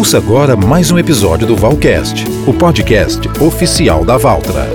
Ouça agora mais um episódio do Valcast, o podcast oficial da Valtra.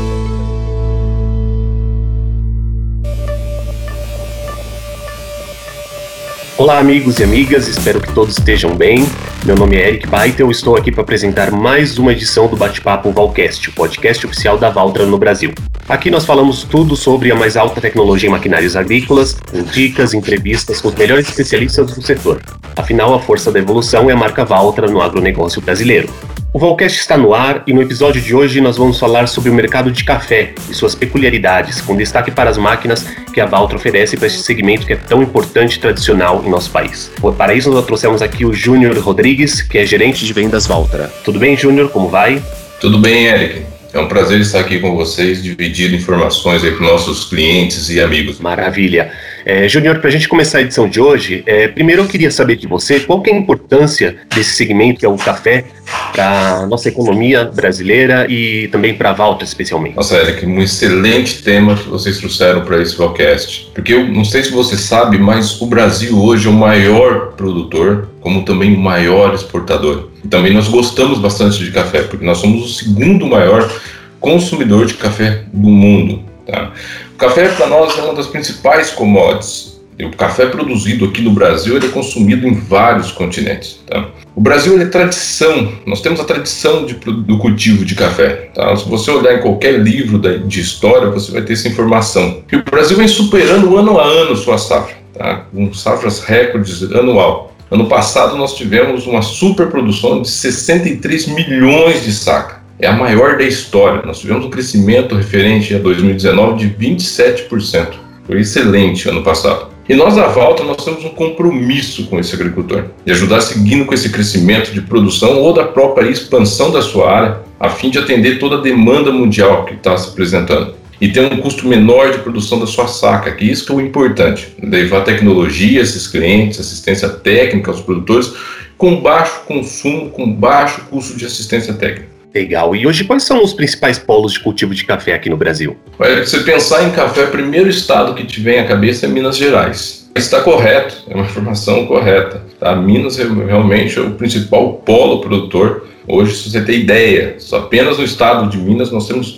Olá amigos e amigas, espero que todos estejam bem. Meu nome é Eric Baitel, estou aqui para apresentar mais uma edição do Bate-Papo Valcast, o podcast oficial da Valtra no Brasil. Aqui nós falamos tudo sobre a mais alta tecnologia em maquinários agrícolas, com dicas, entrevistas com os melhores especialistas do setor. Afinal, a força da evolução é a marca Valtra no agronegócio brasileiro. O Valcast está no ar e no episódio de hoje nós vamos falar sobre o mercado de café e suas peculiaridades, com destaque para as máquinas que a Valtra oferece para este segmento que é tão importante e tradicional em nosso país. Para isso nós trouxemos aqui o Júnior Rodrigues, que é gerente de vendas Valtra. Tudo bem, Júnior? Como vai? Tudo bem, Eric. É um prazer estar aqui com vocês, dividindo informações aí para nossos clientes e amigos. Maravilha. Júnior, para a gente começar a edição de hoje, primeiro eu queria saber de você qual que é a importância desse segmento que é o café para a nossa economia brasileira e também para a Valtra especialmente. Nossa, Eric, um excelente tema que vocês trouxeram para esse podcast. Porque eu não sei se você sabe, mas o Brasil hoje é o maior produtor, como também o maior exportador. E também nós gostamos bastante de café, porque nós somos o segundo maior consumidor de café do mundo. Tá? O café para nós é uma das principais commodities. E o café produzido aqui no Brasil ele é consumido em vários continentes. Tá? O Brasil ele é tradição, nós temos a tradição do cultivo de café. Tá? Se você olhar em qualquer livro de história, você vai ter essa informação. E o Brasil vem superando ano a ano sua safra, tá? Com safras recordes anual. Ano passado nós tivemos uma superprodução de 63 milhões de sacas. É a maior da história. Nós tivemos um crescimento referente a 2019 de 27%. Foi excelente ano passado. E nós da Valtra, nós temos um compromisso com esse agricultor, de ajudar seguindo com esse crescimento de produção ou da própria expansão da sua área, a fim de atender toda a demanda mundial que está se apresentando. E ter um custo menor de produção da sua saca, que isso que é o importante, levar tecnologia a esses clientes, assistência técnica aos produtores, com baixo consumo, com baixo custo de assistência técnica. Legal. E hoje quais são os principais polos de cultivo de café aqui no Brasil? Olha, se você pensar em café, o primeiro estado que te vem à cabeça é Minas Gerais. Está correto, é uma informação correta. Tá? Minas realmente é o principal polo produtor. Hoje, se você tem ideia, só apenas no estado de Minas nós temos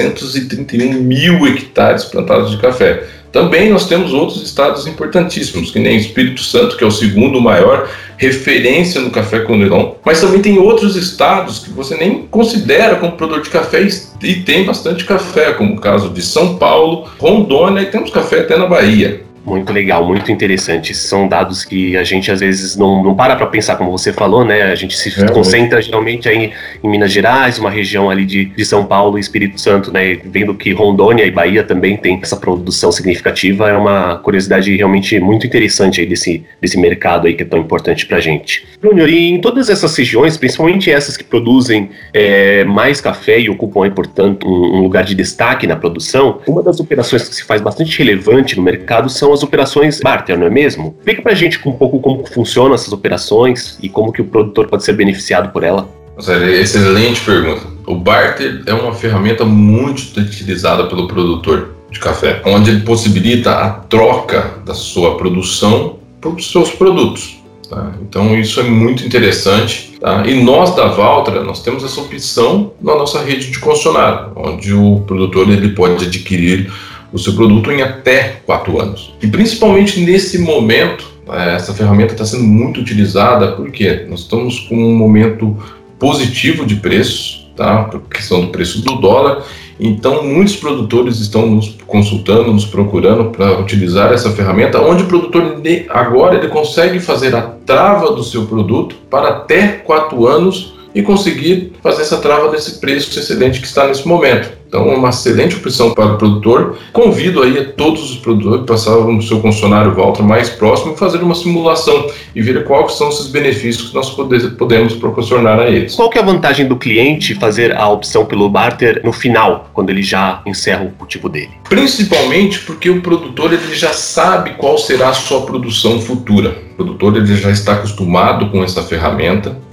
931 mil hectares plantados de café. Também nós temos outros estados importantíssimos, que nem Espírito Santo, que é o segundo maior referência no café Conilon, mas também tem outros estados que você nem considera como produtor de café e tem bastante café, como o caso de São Paulo, Rondônia e temos café até na Bahia. Muito legal, muito interessante. São dados que a gente às vezes não para pensar, como você falou, né? A gente se concentra geralmente aí em Minas Gerais, uma região ali de São Paulo e Espírito Santo, né? Vendo que Rondônia e Bahia também tem essa produção significativa, é uma curiosidade realmente muito interessante aí desse mercado aí que é tão importante pra gente. Júnior, e em todas essas regiões, principalmente essas que produzem mais café e ocupam aí, portanto, um lugar de destaque na produção, uma das operações que se faz bastante relevante no mercado são as operações barter, não é mesmo? Explica pra gente um pouco como funcionam essas operações e como que o produtor pode ser beneficiado por ela. Excelente pergunta. O barter é uma ferramenta muito utilizada pelo produtor de café, onde ele possibilita a troca da sua produção por seus produtos. Tá? Então isso é muito interessante. Tá? E nós da Valtra, nós temos essa opção na nossa rede de concessionário, onde o produtor ele pode adquirir o seu produto em até 4 anos. E principalmente nesse momento, essa ferramenta está sendo muito utilizada porque nós estamos com um momento positivo de preços, tá? Por questão do preço do dólar. Então muitos produtores estão nos consultando, nos procurando para utilizar essa ferramenta, onde o produtor agora ele consegue fazer a trava do seu produto para até 4 anos e conseguir fazer essa trava desse preço excedente que está nesse momento. Então é uma excelente opção para o produtor. Convido aí a todos os produtores a passar no seu concessionário Valtra mais próximo e fazer uma simulação e ver quais são esses benefícios que nós podemos proporcionar a eles. Qual que é a vantagem do cliente fazer a opção pelo barter no final, quando ele já encerra o cultivo dele? Principalmente porque o produtor ele já sabe qual será a sua produção futura. O produtor ele já está acostumado com essa ferramenta.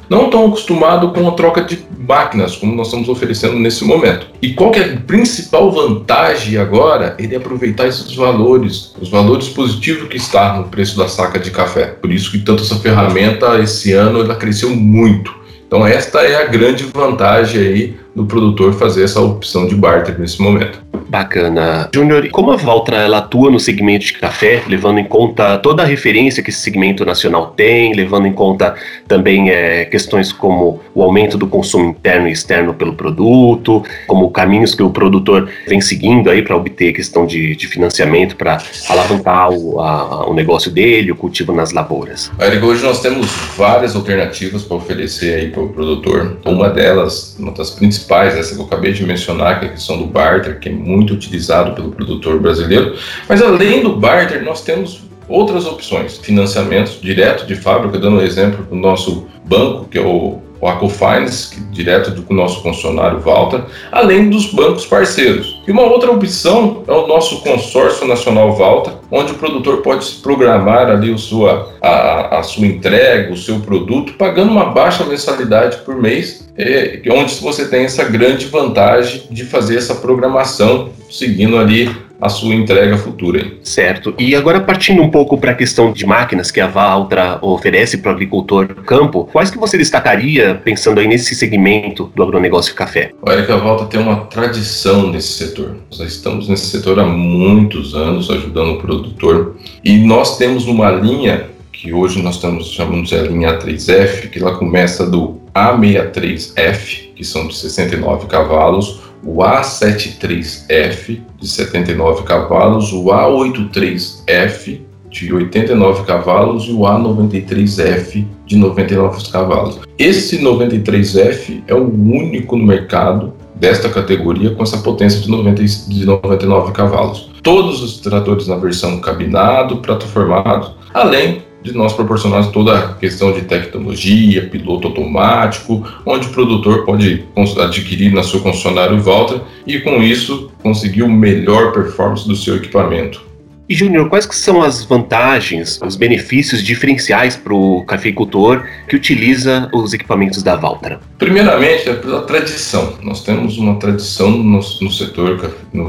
não estão acostumados com a troca de máquinas, como nós estamos oferecendo nesse momento. E qual que é a principal vantagem agora? Ele aproveitar esses valores, os valores positivos que está no preço da saca de café. Por isso que tanto essa ferramenta, esse ano, ela cresceu muito. Então esta é a grande vantagem aí do produtor fazer essa opção de barter nesse momento. Bacana. Júnior, como a Valtra ela atua no segmento de café, levando em conta toda a referência que esse segmento nacional tem, levando em conta também questões como o aumento do consumo interno e externo pelo produto, como caminhos que o produtor vem seguindo aí para obter questão de financiamento para alavancar o negócio dele, o cultivo nas lavouras? Érico, hoje nós temos várias alternativas para oferecer aí para o produtor. Uma delas, uma das principais, essa que eu acabei de mencionar, que é a questão do barter, que é muito utilizado pelo produtor brasileiro. Mas além do barter, nós temos outras opções, financiamentos direto de fábrica, dando um exemplo do nosso banco, que é o Aco-Finance, direto do nosso concessionário Valtra, além dos bancos parceiros. E uma outra opção é o nosso consórcio nacional Valtra, onde o produtor pode se programar ali a sua entrega, o seu produto, pagando uma baixa mensalidade por mês, onde você tem essa grande vantagem de fazer essa programação, seguindo ali a sua entrega futura. Certo. E agora partindo um pouco para a questão de máquinas que a Valtra oferece para o agricultor no campo, quais que você destacaria pensando aí nesse segmento do agronegócio café? Olha que a Valtra tem uma tradição nesse setor. Nós estamos nesse setor há muitos anos ajudando o produtor e nós temos uma linha que hoje nós chamamos de a linha A3F, que ela começa do A63F, que são de 69 cavalos, o A73F de 79 cavalos, o A83F de 89 cavalos e o A93F de 99 cavalos. Esse 93F é o único no mercado desta categoria com essa potência de 99 cavalos. Todos os tratores na versão cabinado, prato formado, além de nós proporcionarmos toda a questão de tecnologia, piloto automático, onde o produtor pode adquirir na sua concessionária Valtra e com isso conseguir o melhor performance do seu equipamento. E Júnior, quais que são as vantagens, os benefícios diferenciais para o cafeicultor que utiliza os equipamentos da Valtra? Primeiramente, é pela tradição. Nós temos uma tradição no setor.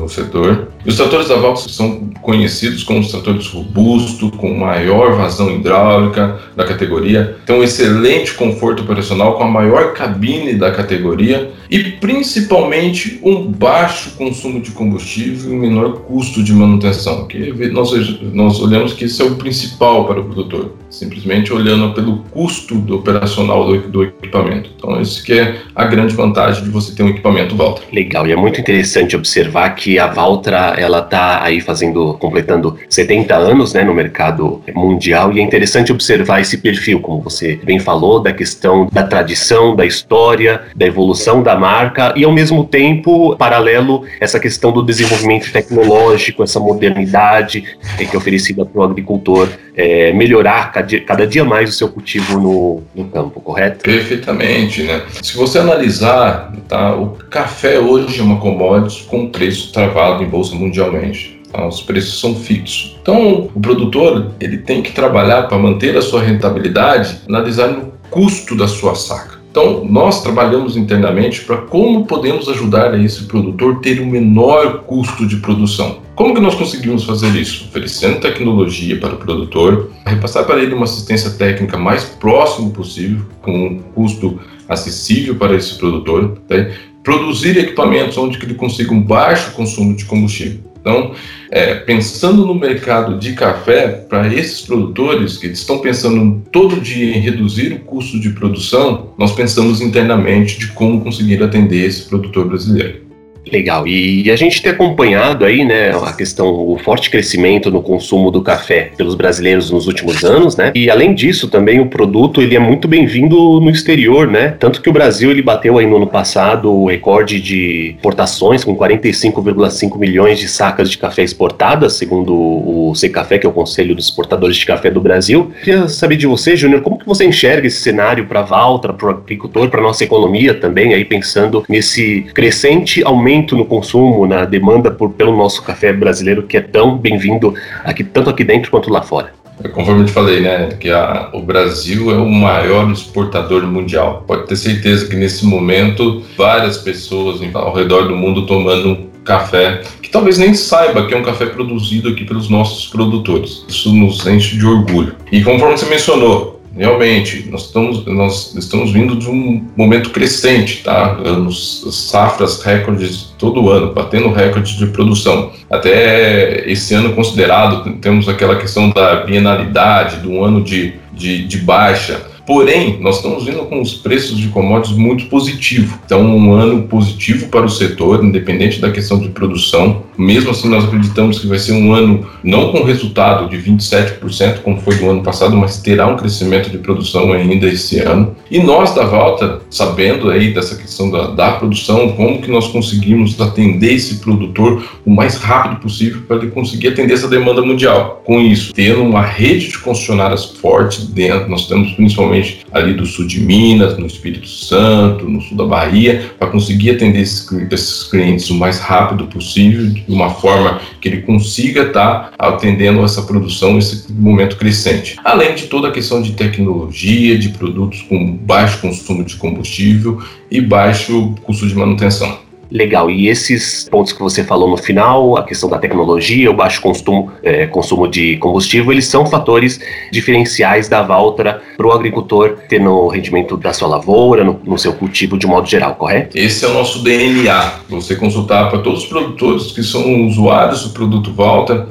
E os tratores da Valtra são conhecidos como os tratores robustos, com maior vazão hidráulica da categoria, tem um excelente conforto operacional com a maior cabine da categoria e principalmente um baixo consumo de combustível e um menor custo de manutenção, que nós olhamos que isso é o principal para o produtor, simplesmente olhando pelo custo operacional do equipamento. Então, isso que é a grande vantagem de você ter um equipamento Valtra. Legal, e é muito interessante observar que a Valtra, ela está aí completando 70 anos, né, no mercado mundial, e é interessante observar esse perfil, como você bem falou, da questão da tradição, da história, da evolução da marca, e ao mesmo tempo, paralelo, essa questão do desenvolvimento tecnológico, essa modernidade que é oferecida para o agricultor melhorar cada dia mais o seu cultivo no campo, correto? Perfeitamente, né? Se você analisar, tá, o café hoje é uma commodity com preço travado em bolsa mundialmente. Tá? Os preços são fixos. Então, o produtor ele tem que trabalhar para manter a sua rentabilidade, analisando o custo da sua saca. Então, nós trabalhamos internamente para como podemos ajudar a esse produtor ter um menor custo de produção. Como que nós conseguimos fazer isso? Oferecendo tecnologia para o produtor, repassar para ele uma assistência técnica mais próximo possível, com um custo acessível para esse produtor, tá? Produzir equipamentos onde ele consiga um baixo consumo de combustível. Então, pensando no mercado de café, para esses produtores que estão pensando todo dia em reduzir o custo de produção, nós pensamos internamente de como conseguir atender esse produtor brasileiro. Legal, e a gente tem acompanhado aí, né, a questão, o forte crescimento no consumo do café pelos brasileiros nos últimos anos, né, e além disso também o produto ele é muito bem-vindo no exterior, né, tanto que o Brasil ele bateu aí no ano passado o recorde de exportações com 45,5 milhões de sacas de café exportadas, segundo o Secafé, que é o Conselho dos Exportadores de Café do Brasil. Queria saber de você, Júnior, como que você enxerga esse cenário para a Valtra, para o agricultor, para a nossa economia também, aí pensando nesse crescente aumento no consumo, na demanda pelo nosso café brasileiro, que é tão bem-vindo tanto aqui dentro quanto lá fora? Conforme eu te falei, né, que o Brasil é o maior exportador mundial. Pode ter certeza que nesse momento várias pessoas ao redor do mundo tomando café, que talvez nem saiba que é um café produzido aqui pelos nossos produtores. Isso nos enche de orgulho. E conforme você mencionou, realmente, nós estamos vindo de um momento crescente, tá? Safras recordes todo ano, batendo recorde de produção. Até esse ano considerado, temos aquela questão da bienalidade, do ano de baixa. Porém, nós estamos vindo com os preços de commodities muito positivos. Então, um ano positivo para o setor, independente da questão de produção. Mesmo assim, nós acreditamos que vai ser um ano não com resultado de 27%, como foi do ano passado, mas terá um crescimento de produção ainda esse ano. E nós, da Valtra, sabendo aí dessa questão da produção, como que nós conseguimos atender esse produtor o mais rápido possível para ele conseguir atender essa demanda mundial. Com isso, tendo uma rede de concessionárias forte dentro, nós temos principalmente ali do sul de Minas, no Espírito Santo, no sul da Bahia, para conseguir atender esses clientes o mais rápido possível, de uma forma que ele consiga estar atendendo essa produção, esse momento crescente. Além de toda a questão de tecnologia, de produtos com baixo consumo de combustível e baixo custo de manutenção. Legal, e esses pontos que você falou no final, a questão da tecnologia, o baixo consumo de combustível, eles são fatores diferenciais da Valtra para o agricultor ter no rendimento da sua lavoura, no seu cultivo de modo geral, correto? Esse é o nosso DNA. Você consultar para todos os produtores que são usuários do produto Valtra,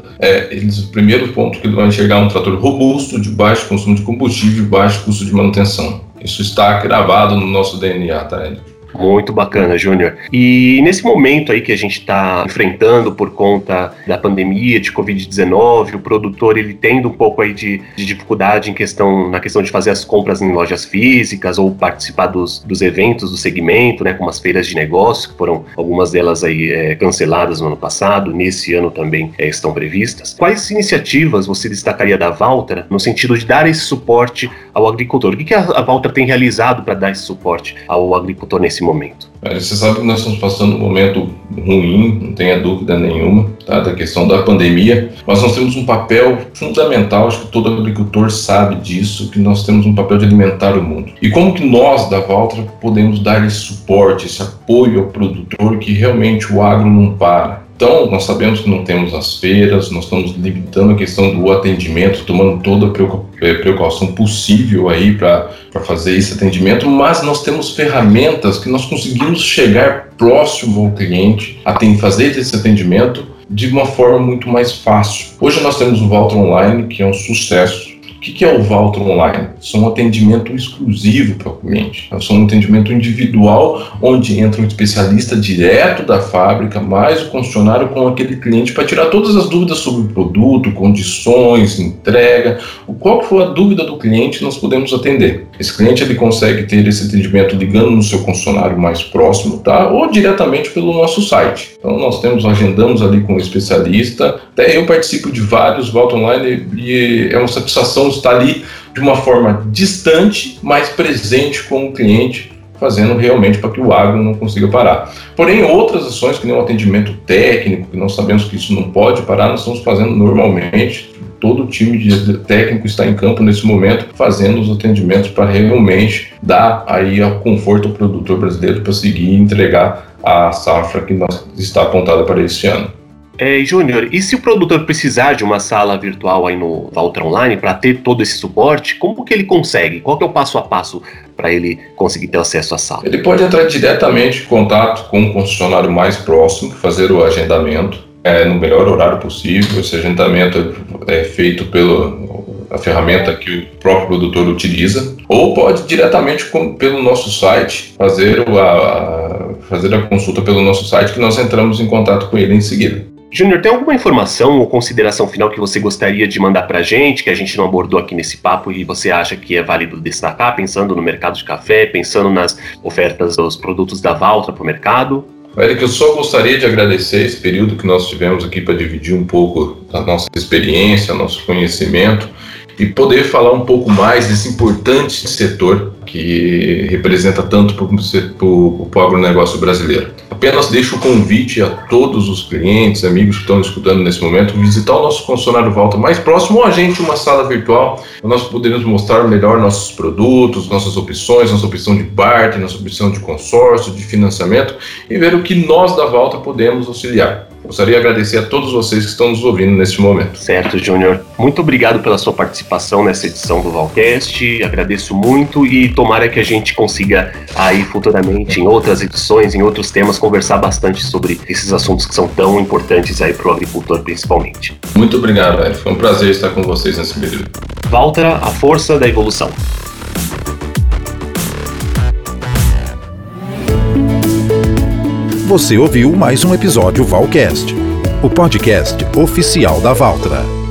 o primeiro ponto que ele vai enxergar é um trator robusto, de baixo consumo de combustível e baixo custo de manutenção. Isso está gravado no nosso DNA, tá, Ed? Muito bacana, Júnior. E nesse momento aí que a gente está enfrentando por conta da pandemia de Covid-19, o produtor ele tendo um pouco aí de dificuldade na questão de fazer as compras em lojas físicas ou participar dos eventos do segmento, né, como as feiras de negócio, que foram algumas delas aí canceladas no ano passado, nesse ano também estão previstas. Quais iniciativas você destacaria da Valtra no sentido de dar esse suporte ao agricultor? O que a Valtra tem realizado para dar esse suporte ao agricultor nesse momento? Você sabe que nós estamos passando um momento ruim, não tenha dúvida nenhuma, tá, da questão da pandemia, mas nós temos um papel fundamental, acho que todo agricultor sabe disso, que nós temos um papel de alimentar o mundo. E como que nós, da Valtra, podemos dar esse suporte, esse apoio ao produtor, que realmente o agro não para? Então, nós sabemos que não temos as feiras, nós estamos limitando a questão do atendimento, tomando toda a precaução possível aí para fazer esse atendimento, mas nós temos ferramentas que nós conseguimos chegar próximo ao cliente, fazer esse atendimento de uma forma muito mais fácil. Hoje nós temos o Valtra Online, que é um sucesso. O que é o Valtra Online? São um atendimento exclusivo para o cliente. São um atendimento individual, onde entra um especialista direto da fábrica, mais o concessionário com aquele cliente para tirar todas as dúvidas sobre o produto, condições, entrega. Qual for a dúvida do cliente, nós podemos atender. Esse cliente ele consegue ter esse atendimento ligando no seu concessionário mais próximo, tá? Ou diretamente pelo nosso site. Então nós agendamos ali com o especialista. Até eu participo de vários Valtra Online e é uma satisfação estar ali de uma forma distante, mas presente com o cliente, fazendo realmente para que o agro não consiga parar. Porém, outras ações, que nem o atendimento técnico, que nós sabemos que isso não pode parar, nós estamos fazendo normalmente. Todo o time de técnico está em campo nesse momento, fazendo os atendimentos para realmente dar aí o conforto ao produtor brasileiro para seguir entregar a safra que está apontada para esse ano. Júnior, e se o produtor precisar de uma sala virtual aí no Valtra Online para ter todo esse suporte, como que ele consegue? Qual que é o passo a passo para ele conseguir ter acesso à sala? Ele pode entrar diretamente em contato com o concessionário mais próximo, fazer o agendamento no melhor horário possível. Esse agendamento é feito pela ferramenta que o próprio produtor utiliza, ou pode diretamente pelo nosso site fazer a consulta pelo nosso site, que nós entramos em contato com ele em seguida. Júnior, tem alguma informação ou consideração final que você gostaria de mandar para a gente, que a gente não abordou aqui nesse papo e você acha que é válido destacar, pensando no mercado de café, pensando nas ofertas dos produtos da Valtra para o mercado? Eric, eu só gostaria de agradecer esse período que nós tivemos aqui para dividir um pouco da nossa experiência, nosso conhecimento e poder falar um pouco mais desse importante setor que representa tanto para o agronegócio brasileiro. Apenas deixo o convite a todos os clientes, amigos que estão escutando nesse momento, visitar o nosso concessionário Valtra mais próximo ou a gente uma sala virtual, onde nós poderemos mostrar melhor nossos produtos, nossas opções, nossa opção de barter, nossa opção de consórcio, de financiamento e ver o que nós da Valtra podemos auxiliar. Gostaria de agradecer a todos vocês que estão nos ouvindo neste momento. Certo, Júnior. Muito obrigado pela sua participação nessa edição do Valcast. Agradeço muito e tomara que a gente consiga aí futuramente, em outras edições, em outros temas, conversar bastante sobre esses assuntos que são tão importantes aí para o agricultor principalmente. Muito obrigado, Eric. Foi um prazer estar com vocês nesse período. Valtra, a força da evolução. Você ouviu mais um episódio Valcast, o podcast oficial da Valtra.